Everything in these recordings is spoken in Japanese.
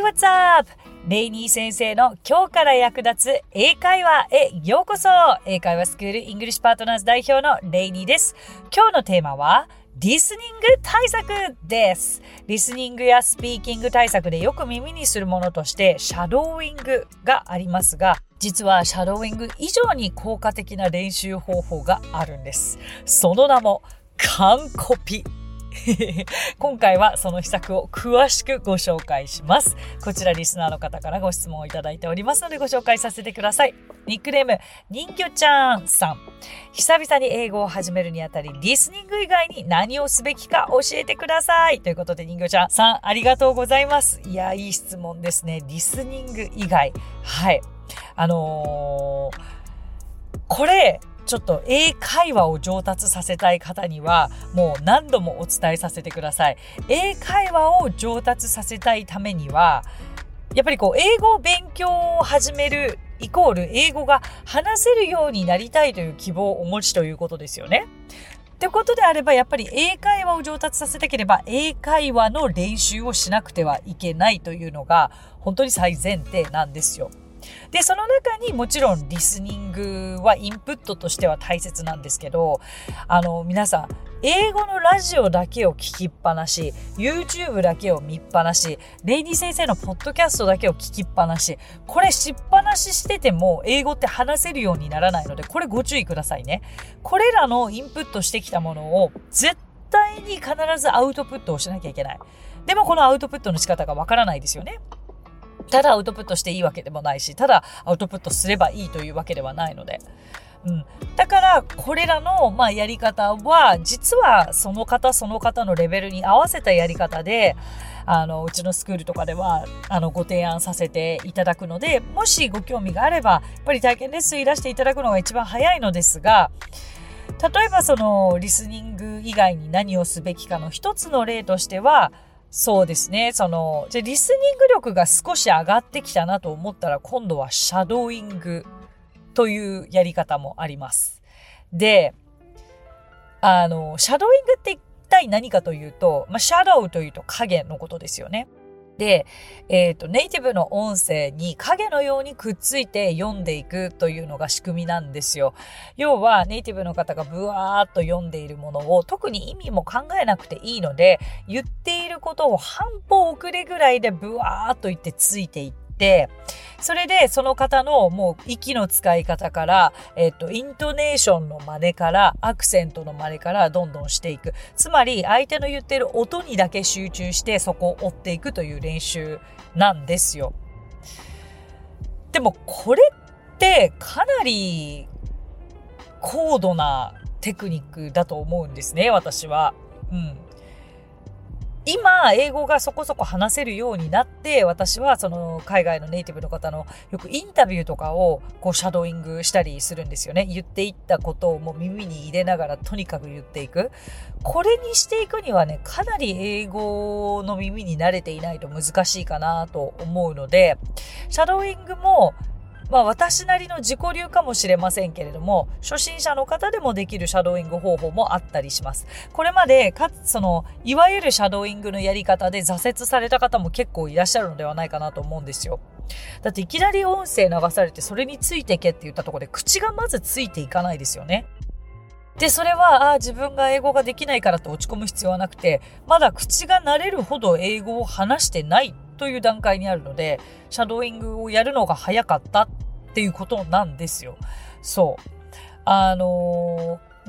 What's up? レイニー先生の今日から役立つ英会話へようこそ。英会話スクールイングリッシュパートナーズ代表のレイニーです。今日のテーマはリスニング対策です。リスニングやスピーキング対策でよく耳にするものとしてシャドーイングがありますが、実はシャドーイング以上に効果的な練習方法があるんです。その名も完コピ。今回はその秘策を詳しくご紹介します。こちらリスナーの方からご質問をいただいておりますのでご紹介させてください。ニックネーム人魚ちゃんさん。久々に英語を始めるにあたりリスニング以外に何をすべきか教えてくださいということで、人魚ちゃんさんありがとうございます。いや、いい質問ですね。リスニング以外、はい、これちょっと英会話を上達させたい方にはもう何度もお伝えさせてください。英会話を上達させたいためにはやっぱり英語を勉強を始めるイコール英語が話せるようになりたいという希望をお持ちということですよね。ということであればやっぱり英会話を上達させたければ英会話の練習をしなくてはいけないというのが本当に最前提なんですよ。で、その中にもちろんリスニングはインプットとしては大切なんですけど、皆さん、英語のラジオだけを聞きっぱなし、YouTube だけを見っぱなし、レイニー先生のポッドキャストだけを聞きっぱなし、これしっぱなししてても英語って話せるようにならないので、これご注意くださいね。これらのインプットしてきたものを絶対に必ずアウトプットをしなきゃいけない。でもこのアウトプットの仕方がわからないですよね。ただアウトプットしていいわけでもないし、ただアウトプットすればいいというわけではないので、だからこれらのやり方は実はその方のレベルに合わせたやり方でうちのスクールとかではご提案させていただくので、もしご興味があればやっぱり体験レッスンいらしていただくのが一番早いのですが、例えばそのリスニング以外に何をすべきかの一つの例としては、そうですね。じゃあリスニング力が少し上がってきたなと思ったら、今度はシャドーイングというやり方もあります。で、シャドーイングって一体何かというと、シャドウというと影のことですよね。で、ネイティブの音声に影のようにくっついて読んでいくというのが仕組みなんですよ。要はネイティブの方がブワーっと読んでいるものを特に意味も考えなくていいので、言っていることを半歩遅れぐらいでブワーっと言ってついていって、それでその方のもう息の使い方から、イントネーションの真似からアクセントの真似からどんどんしていく。つまり相手の言っている音にだけ集中してそこを追っていくという練習なんですよ。でもこれってかなり高度なテクニックだと思うんですね、私は。今、英語がそこそこ話せるようになって、私はその海外のネイティブの方のよくインタビューとかをシャドーイングしたりするんですよね。言っていったことをもう耳に入れながらとにかく言っていく。これにしていくにはね、かなり英語の耳に慣れていないと難しいかなと思うので、シャドーイングも私なりの自己流かもしれませんけれども、初心者の方でもできるシャドーイング方法もあったりします。これまでいわゆるシャドーイングのやり方で挫折された方も結構いらっしゃるのではないかなと思うんですよ。だっていきなり音声流されてそれについてけって言ったところで口がまずついていかないですよね。で、それは自分が英語ができないからと落ち込む必要はなくて、まだ口が慣れるほど英語を話してないという段階にあるので、シャドーイングをやるのが早かったっていうことなんですよ。そう。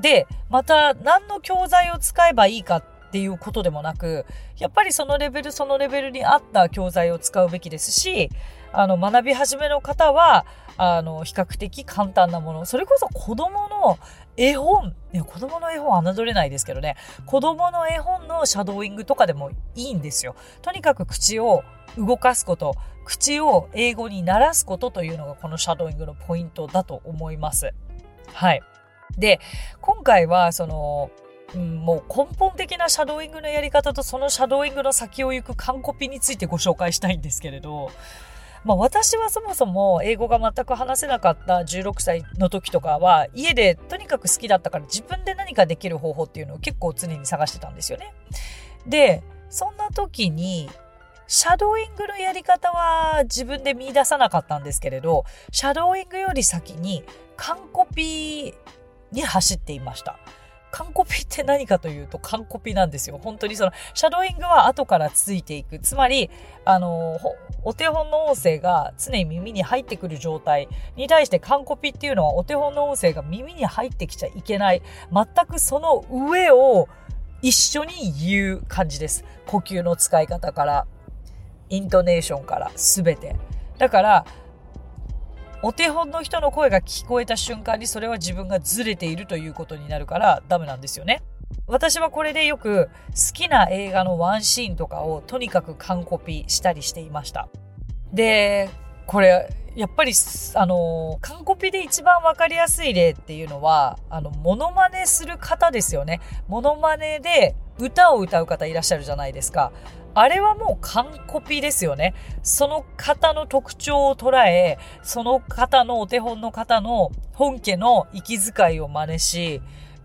で、また何の教材を使えばいいかっていうことでもなく、やっぱりそのレベルに合った教材を使うべきですし、学び始めの方は比較的簡単なもの、それこそ子供の絵本、子供の絵本侮れないですけどね、子供の絵本のシャドーイングとかでもいいんですよ。とにかく口を動かすこと、口を英語に慣らすことというのがこのシャドーイングのポイントだと思います。はい。で、今回はもう根本的なシャドーイングのやり方とそのシャドーイングの先を行く完コピについてご紹介したいんですけれど、私はそもそも英語が全く話せなかった16歳の時とかは家でとにかく好きだったから自分で何かできる方法っていうのを結構常に探してたんですよね。で、そんな時にシャドーイングのやり方は自分で見出さなかったんですけれど、シャドーイングより先に完コピに走っていました。完コピって何かというと完コピなんですよ。本当にそのシャドーイングは後からついていく。つまり、お手本の音声が常に耳に入ってくる状態に対して完コピっていうのはお手本の音声が耳に入ってきちゃいけない。全くその上を一緒に言う感じです。呼吸の使い方から、イントネーションから全て。だから、お手本の人の声が聞こえた瞬間にそれは自分がずれているということになるからダメなんですよね。私はこれでよく好きな映画のワンシーンとかをとにかく完コピしたりしていました。で、これやっぱり完コピで一番わかりやすい例っていうのはモノマネする方ですよね。モノマネで歌を歌う方いらっしゃるじゃないですか。あれはもう完コピですよね。その方の特徴を捉え、その方のお手本の方の本家の息遣いを真似し、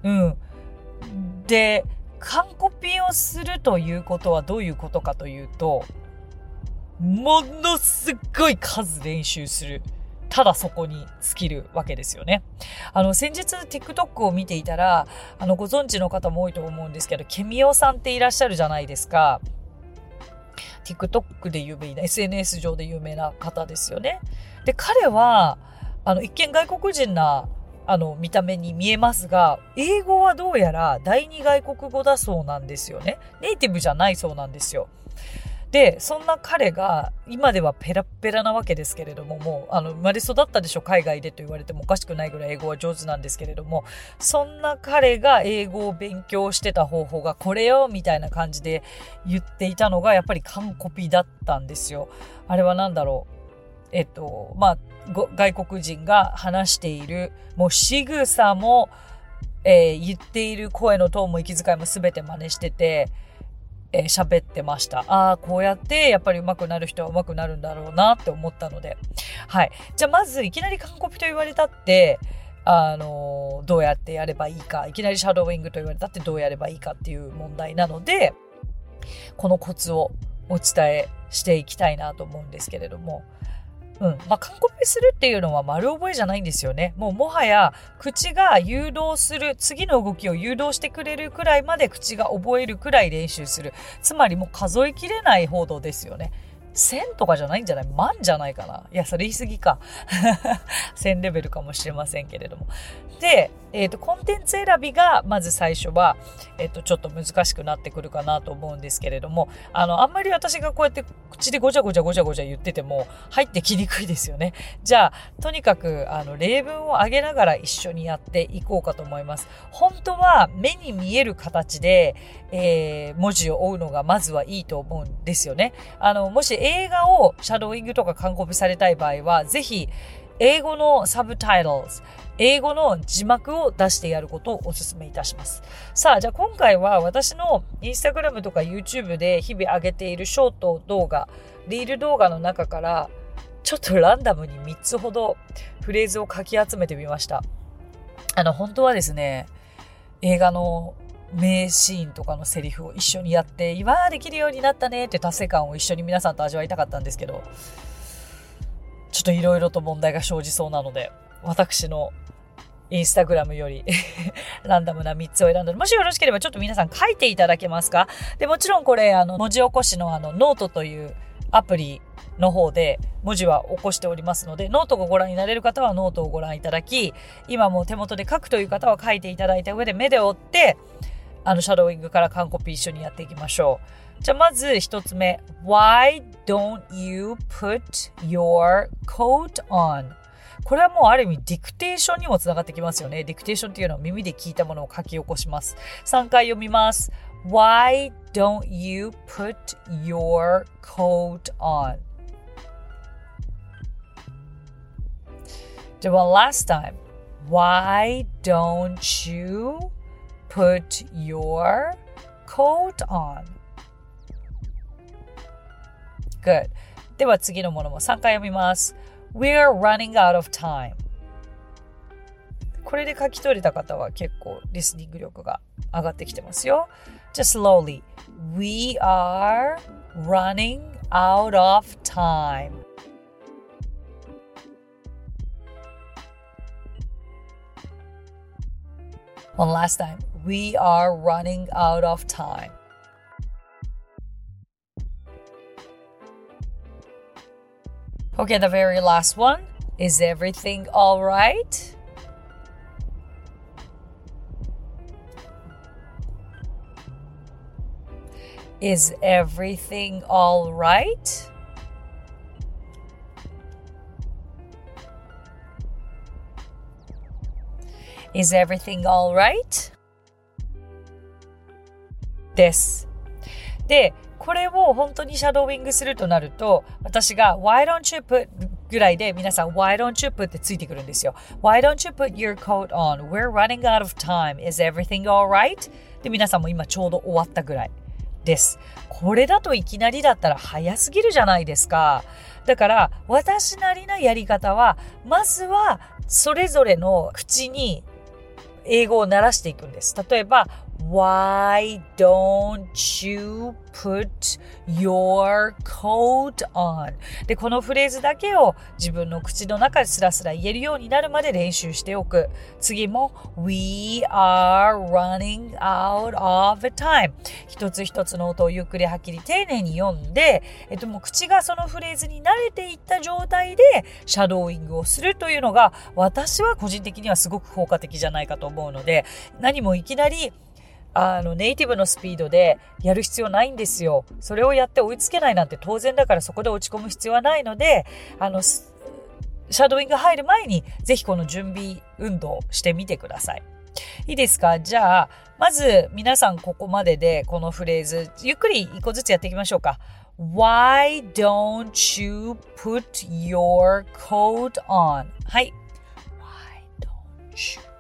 で、完コピをするということはどういうことかというと、ものすごい数練習する。ただそこに尽きるわけですよね。先日 TikTok を見ていたら、ご存知の方も多いと思うんですけど、ケミオさんっていらっしゃるじゃないですか。TikTok で有名な、SNS 上で有名な方ですよね。で、彼は、一見外国人な、見た目に見えますが、英語はどうやら第二外国語だそうなんですよね。ネイティブじゃないそうなんですよ。で、そんな彼が、今ではペラペラなわけですけれども、もう、生まれ育ったでしょ、海外でと言われてもおかしくないぐらい英語は上手なんですけれども、そんな彼が英語を勉強してた方法がこれよ、みたいな感じで言っていたのが、やっぱり完コピだったんですよ。あれは何だろう。外国人が話している、もう仕草も、言っている声のトーンも息遣いも全て真似してて、喋ってました。こうやってやっぱり上手くなる人は上手くなるんだろうなって思ったので。はい。じゃあまずいきなり完コピと言われたって、どうやってやればいいか、いきなりシャドーイングと言われたってどうやればいいかっていう問題なので、このコツをお伝えしていきたいなと思うんですけれども、完コピするっていうのは丸覚えじゃないんですよね。もはや口が誘導する、次の動きを誘導してくれるくらいまで口が覚えるくらい練習する。つまりもう数えきれないほどですよね。1000とかじゃないんじゃない？万じゃないかな。いや、それ言い過ぎか。1000レベルかもしれませんけれども。で、コンテンツ選びがまず最初は、ちょっと難しくなってくるかなと思うんですけれども、あんまり私がこうやって口でごちゃごちゃ言ってても入ってきにくいですよね。じゃあ、とにかく、例文を上げながら一緒にやっていこうかと思います。本当は目に見える形で、文字を追うのがまずはいいと思うんですよね。もし映画をシャドーイングとか完コピされたい場合は、ぜひ英語のサブタイトルズ、英語の字幕を出してやることをお勧めいたします。さあ、じゃあ今回は私のインスタグラムとか YouTube で日々上げているショート動画、リール動画の中からちょっとランダムに3つほどフレーズをかき集めてみました。本当はですね、映画の名シーンとかのセリフを一緒にやって、できるようになったねって達成感を一緒に皆さんと味わいたかったんですけど、ちょっといろいろと問題が生じそうなので、私のインスタグラムよりランダムな3つを選んで、もしよろしければちょっと皆さん書いていただけますか？で、もちろんこれ文字起こしのノートというアプリの方で文字は起こしておりますので、ノートをご覧になれる方はノートをご覧いただき、今もう手元で書くという方は書いていただいた上で目で追って、シャドーイングから完コピ一緒にやっていきましょう。じゃあまず一つ目。Why don't you put your coat on? これはもうある意味ディクテーションにもつながってきますよね。ディクテーションっていうのは耳で聞いたものを書き起こします。3回読みます。Why don't you put your coat on? じゃあ one last time. Why don't you put your coat on? Good. では次のものも3回読みます。We're running out of time. これで書き取れた方は結構リスニング力が上がってきてますよ。じゃあ slowly. We are running out of time. One last time. We are running out of time. Okay, the very last one. Is everything all right? Is everything all right? Is everything all right? です。で、これを本当にシャドーイングするとなると、私が Why don't you put ぐらいで皆さん Why don't you put ってついてくるんですよ。Why don't you put your coat on? We're running out of time. Is everything alright? で、皆さんも今ちょうど終わったぐらいです。これだといきなりだったら早すぎるじゃないですか。だから私なりなやり方は、まずはそれぞれの口に英語を鳴らしていくんです。例えば、Why don't you put your coat on? で、このフレーズだけを自分の口の中でスラスラ言えるようになるまで練習しておく。次も We are running out of time. 一つ一つの音をゆっくりはっきり丁寧に読んで、もう口がそのフレーズに慣れていった状態でシャドーイングをするというのが、私は個人的にはすごく効果的じゃないかと思うので、何もいきなりネイティブのスピードでやる必要ないんですよ。それをやって追いつけないなんて当然だから、そこで落ち込む必要はないので、シャドーイング入る前にぜひこの準備運動をしてみてください。いいですか？じゃあまず皆さんここまででこのフレーズゆっくり一個ずつやっていきましょうか。Why don't you put your coat on? はい。Why don't you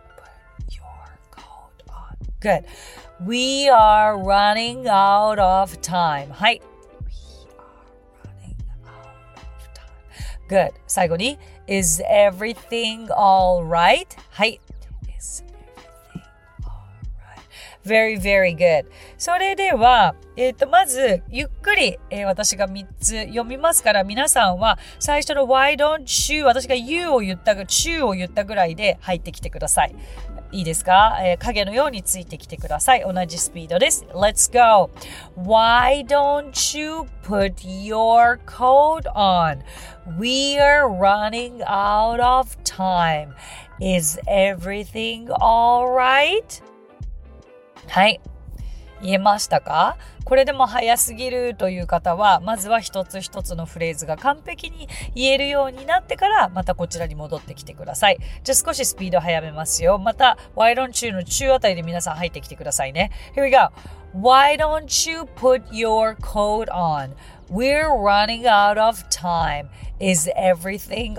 Good. We are running out of time. はい。We are running out of time. Good. 最後に Is everything alright? はい。Is everything alright? Very, very good. それでは、まず、ゆっくり、私が3つ読みますから、皆さんは最初の Why don't you? 私が You を言ったぐらいで入ってきてください。いいですか？影のようについてきてください。同じスピードです。Let's go! Why don't you put your coat on? We are running out of time. Is everything alright? はい。言えましたか？これでも早すぎるという方は、まずは一つ一つのフレーズが完璧に言えるようになってから、またこちらに戻ってきてください。じゃあ少しスピード早めますよ。また、Why don't you の中あたりで皆さん入ってきてくださいね。Here we go. Why don't you put your coat on? We're running out of time. Is everything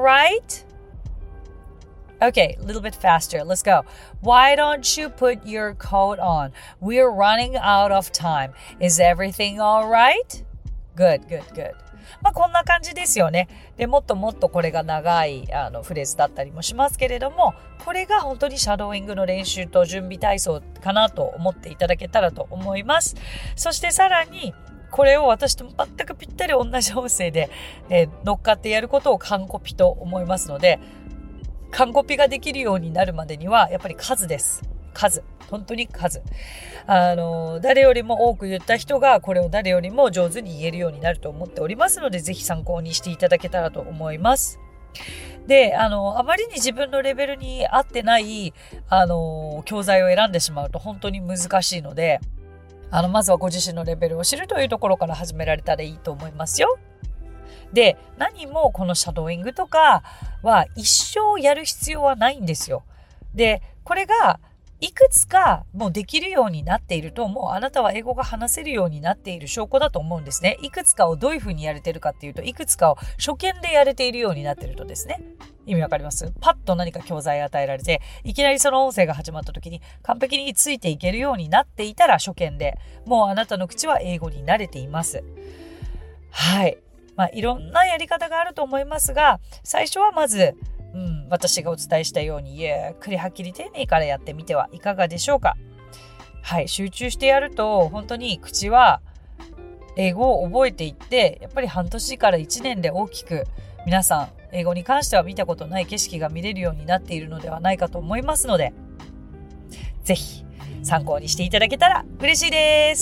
alright?Okay, a little bit faster. Let's go. Why don't you put your coat on? We're running out of time. Is everything all right? Good, good, good. まあこんな感じですよね。で、もっともっとこれが長いフレーズだったりもしますけれども、これが本当にシャドーイングの練習と準備体操かなと思っていただけたらと思います。そしてさらに、これを私と全くぴったり同じ音声で、乗っかってやることを完コピと思いますので、完コピができるようになるまでにはやっぱり数です。数。本当に数。誰よりも多く言った人がこれを誰よりも上手に言えるようになると思っておりますので、ぜひ参考にしていただけたらと思います。で、あまりに自分のレベルに合ってない、教材を選んでしまうと本当に難しいので、まずはご自身のレベルを知るというところから始められたらいいと思いますよ。で、何もこのシャドーイングとかは一生やる必要はないんですよ。で、これがいくつかもうできるようになっていると、もうあなたは英語が話せるようになっている証拠だと思うんですね。いくつかをどういうふうにやれてるかっていうと、いくつかを初見でやれているようになっているとですね。意味わかります？パッと何か教材与えられて、いきなりその音声が始まった時に完璧についていけるようになっていたら初見で、もうあなたの口は英語に慣れています。はい。まあ、いろんなやり方があると思いますが、最初はまず、私がお伝えしたようにゆっくりはっきり丁寧からやってみてはいかがでしょうか。はい、集中してやると本当に口は英語を覚えていって、やっぱり半年から1年で大きく皆さん英語に関しては見たことない景色が見れるようになっているのではないかと思いますので、ぜひ参考にしていただけたら嬉しいです。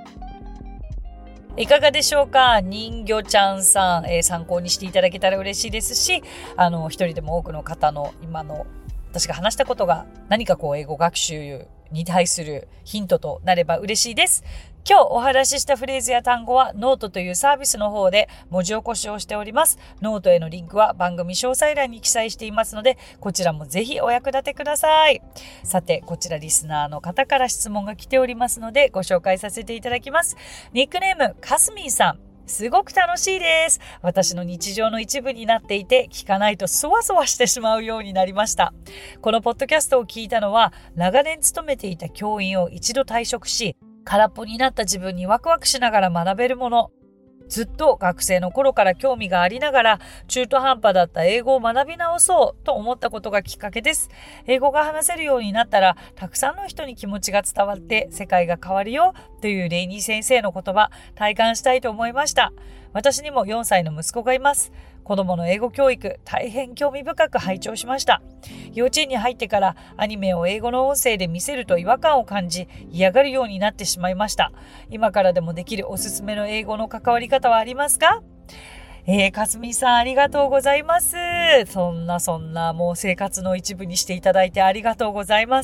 いかがでしょうか？人魚ちゃんさん、参考にしていただけたら嬉しいですし、一人でも多くの方の今の私が話したことが何か英語学習に対するヒントとなれば嬉しいです。今日お話ししたフレーズや単語はノートというサービスの方で文字起こしをしております。ノートへのリンクは番組詳細欄に記載していますので、こちらもぜひお役立てください。さて、こちらリスナーの方から質問が来ておりますのでご紹介させていただきます。ニックネームかすみんさん。すごく楽しいです。私の日常の一部になっていて、聞かないとそわそわしてしまうようになりました。このポッドキャストを聞いたのは、長年勤めていた教員を一度退職し、空っぽになった自分にワクワクしながら学べるもの。ずっと学生の頃から興味がありながら、中途半端だった英語を学び直そうと思ったことがきっかけです。英語が話せるようになったら、たくさんの人に気持ちが伝わって世界が変わるよというレイニー先生の言葉、体感したいと思いました。私にも4歳の息子がいます。子供の英語教育、大変興味深く拝聴しました。幼稚園に入ってからアニメを英語の音声で見せると違和感を感じ、嫌がるようになってしまいました。今からでもできるおすすめの英語の関わり方はありますか？かすみさんありがとうございます。そんなもう生活の一部にしていただいてありがとうございます。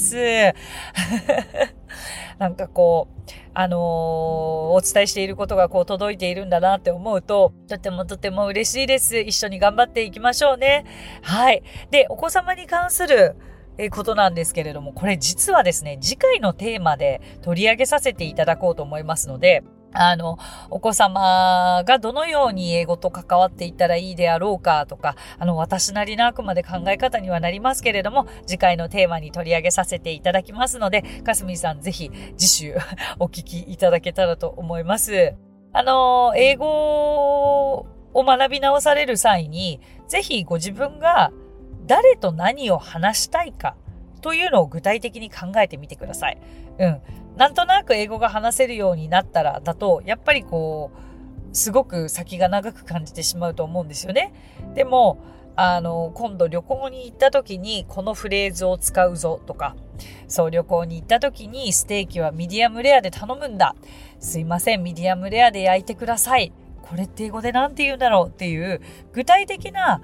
なんかお伝えしていることが届いているんだなって思うと、とても嬉しいです。一緒に頑張っていきましょうね。はい。で、お子様に関することなんですけれども、これ実はですね、次回のテーマで取り上げさせていただこうと思いますので、お子様がどのように英語と関わっていったらいいであろうかとか、私なりのあくまで考え方にはなりますけれども、次回のテーマに取り上げさせていただきますので、かすみさんぜひ次週お聞きいただけたらと思います。英語を学び直される際に、ぜひご自分が誰と何を話したいかというのを具体的に考えてみてください。なんとなく英語が話せるようになったらだと、やっぱりすごく先が長く感じてしまうと思うんですよね。でも、今度旅行に行った時にこのフレーズを使うぞとか、旅行に行った時にステーキはミディアムレアで頼むんだ。すいません、ミディアムレアで焼いてください。これって英語でなんて言うんだろうっていう具体的な、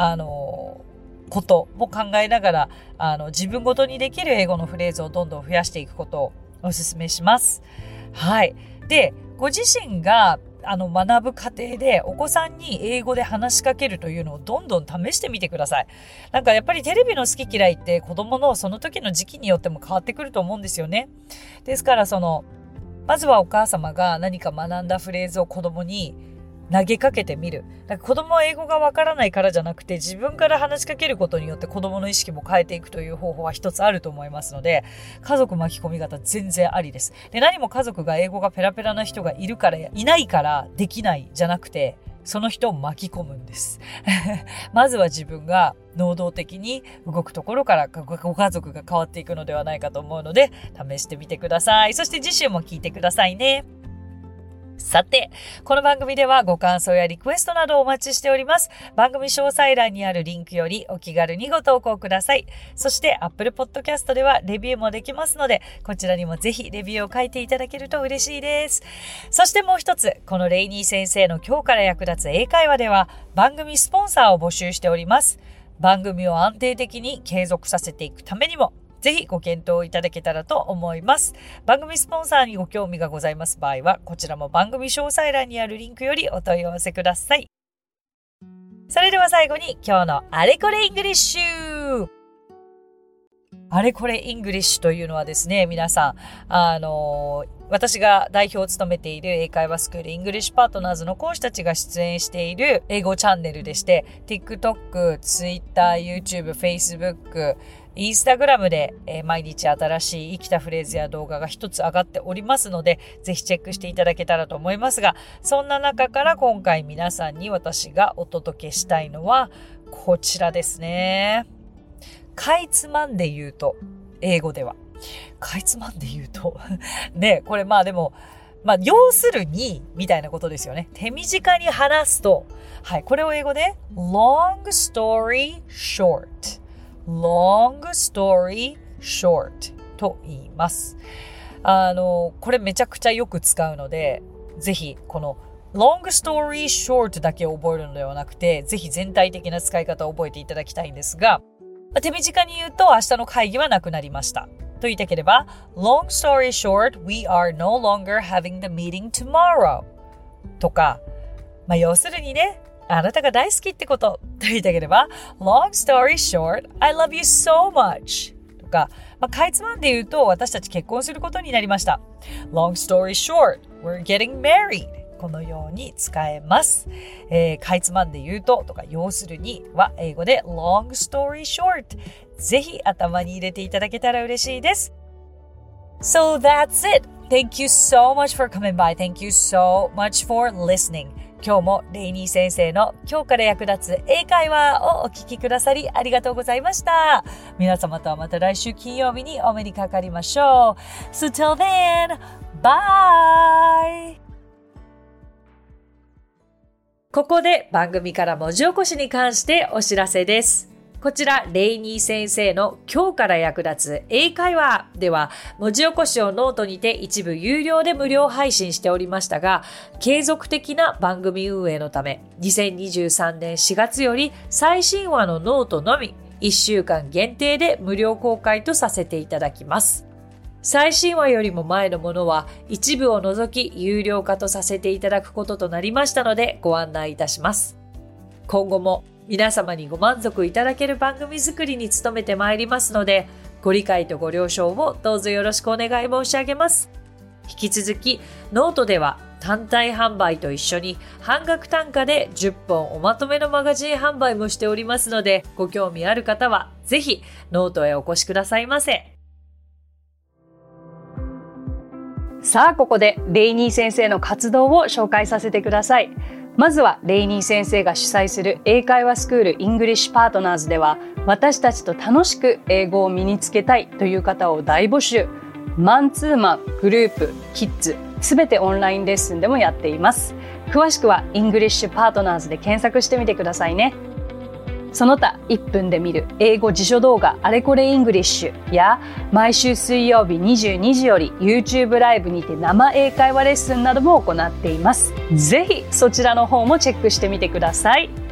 ことも考えながら、自分ごとにできる英語のフレーズをどんどん増やしていくことをお勧めします。はい。で、ご自身が学ぶ過程でお子さんに英語で話しかけるというのをどんどん試してみてください。なんかやっぱりテレビの好き嫌いって子供のその時の時期によっても変わってくると思うんですよね。ですからまずはお母様が何か学んだフレーズを子供に投げかけてみる。子供は英語がわからないからじゃなくて、自分から話しかけることによって子供の意識も変えていくという方法は一つあると思いますので、家族巻き込み方全然ありです。で、何も家族が英語がペラペラな人がいるからいないからできないじゃなくて、その人を巻き込むんです。まずは自分が能動的に動くところからご家族が変わっていくのではないかと思うので、試してみてください。そして次週も聞いてくださいね。さて、この番組ではご感想やリクエストなどをお待ちしております。番組詳細欄にあるリンクよりお気軽にご投稿ください。そして Apple Podcast ではレビューもできますので、こちらにもぜひレビューを書いていただけると嬉しいです。そしてもう一つ、このレイニー先生の今日から役立つ英会話では番組スポンサーを募集しております。番組を安定的に継続させていくためにも、ぜひご検討いただけたらと思います。番組スポンサーにご興味がございます場合は、こちらも番組詳細欄にあるリンクよりお問い合わせください。それでは最後に今日のあれこれイングリッシュ。あれこれイングリッシュというのはですね、皆さん、私が代表を務めている英会話スクールイングリッシュパートナーズの講師たちが出演している英語チャンネルでして、TikTok、Twitter、YouTube、Facebook、インスタグラムで毎日新しい生きたフレーズや動画が一つ上がっておりますので、ぜひチェックしていただけたらと思いますが、そんな中から今回皆さんに私がお届けしたいのはこちらですね。かいつまんで言うと、英語ではかいつまんで言うとね、これでも要するに、みたいなことですよね。手短に話すと、はい、これを英語で long story short。long story short と言います。これめちゃくちゃよく使うので、ぜひこの long story short だけを覚えるのではなくて、ぜひ全体的な使い方を覚えていただきたいんですが、手短に言うと明日の会議はなくなりました。と言いたければ long story short, we are no longer having the meeting tomorrow とか、要するにね、あなたが大好きってことと言いたければ long story short, I love you so much とか、かいつまんで言うと私たち結婚することになりました。long story short, we're getting married このように使えます。かいつまんで言うととか要するには英語で long story short ぜひ頭に入れていただけたら嬉しいです。So that's it. Thank you so much for coming by. Thank you so much for listening. 今日もレイニー先生の今日から役立つ英会話をお聞きくださりありがとうございました。皆様とはまた来週金曜日にお目にかかりましょう。So till then, bye! ここで番組から文字起こしに関してお知らせです。こちら、レイニー先生の今日から役立つ英会話では、文字起こしをノートにて一部有料で無料配信しておりましたが、継続的な番組運営のため、2023年4月より最新話のノートのみ、1週間限定で無料公開とさせていただきます。最新話よりも前のものは一部を除き有料化とさせていただくこととなりましたのでご案内いたします。今後も皆様にご満足いただける番組作りに努めてまいりますので、ご理解とご了承をどうぞよろしくお願い申し上げます。引き続き、ノートでは単体販売と一緒に半額単価で10本おまとめのマガジン販売もしておりますので、ご興味ある方はぜひノートへお越しくださいませ。 さあ、ここでレイニー先生の活動を紹介させてください。まずはレイニー先生が主催する英会話スクールイングリッシュパートナーズでは、私たちと楽しく英語を身につけたいという方を大募集。マンツーマン、グループ、キッズ、すべてオンラインレッスンでもやっています。詳しくはイングリッシュパートナーズで検索してみてくださいね。その他1分で見る英語辞書動画あれこれイングリッシュや毎週水曜日22時より YouTube ライブにて生英会話レッスンなども行っています。ぜひそちらの方もチェックしてみてください。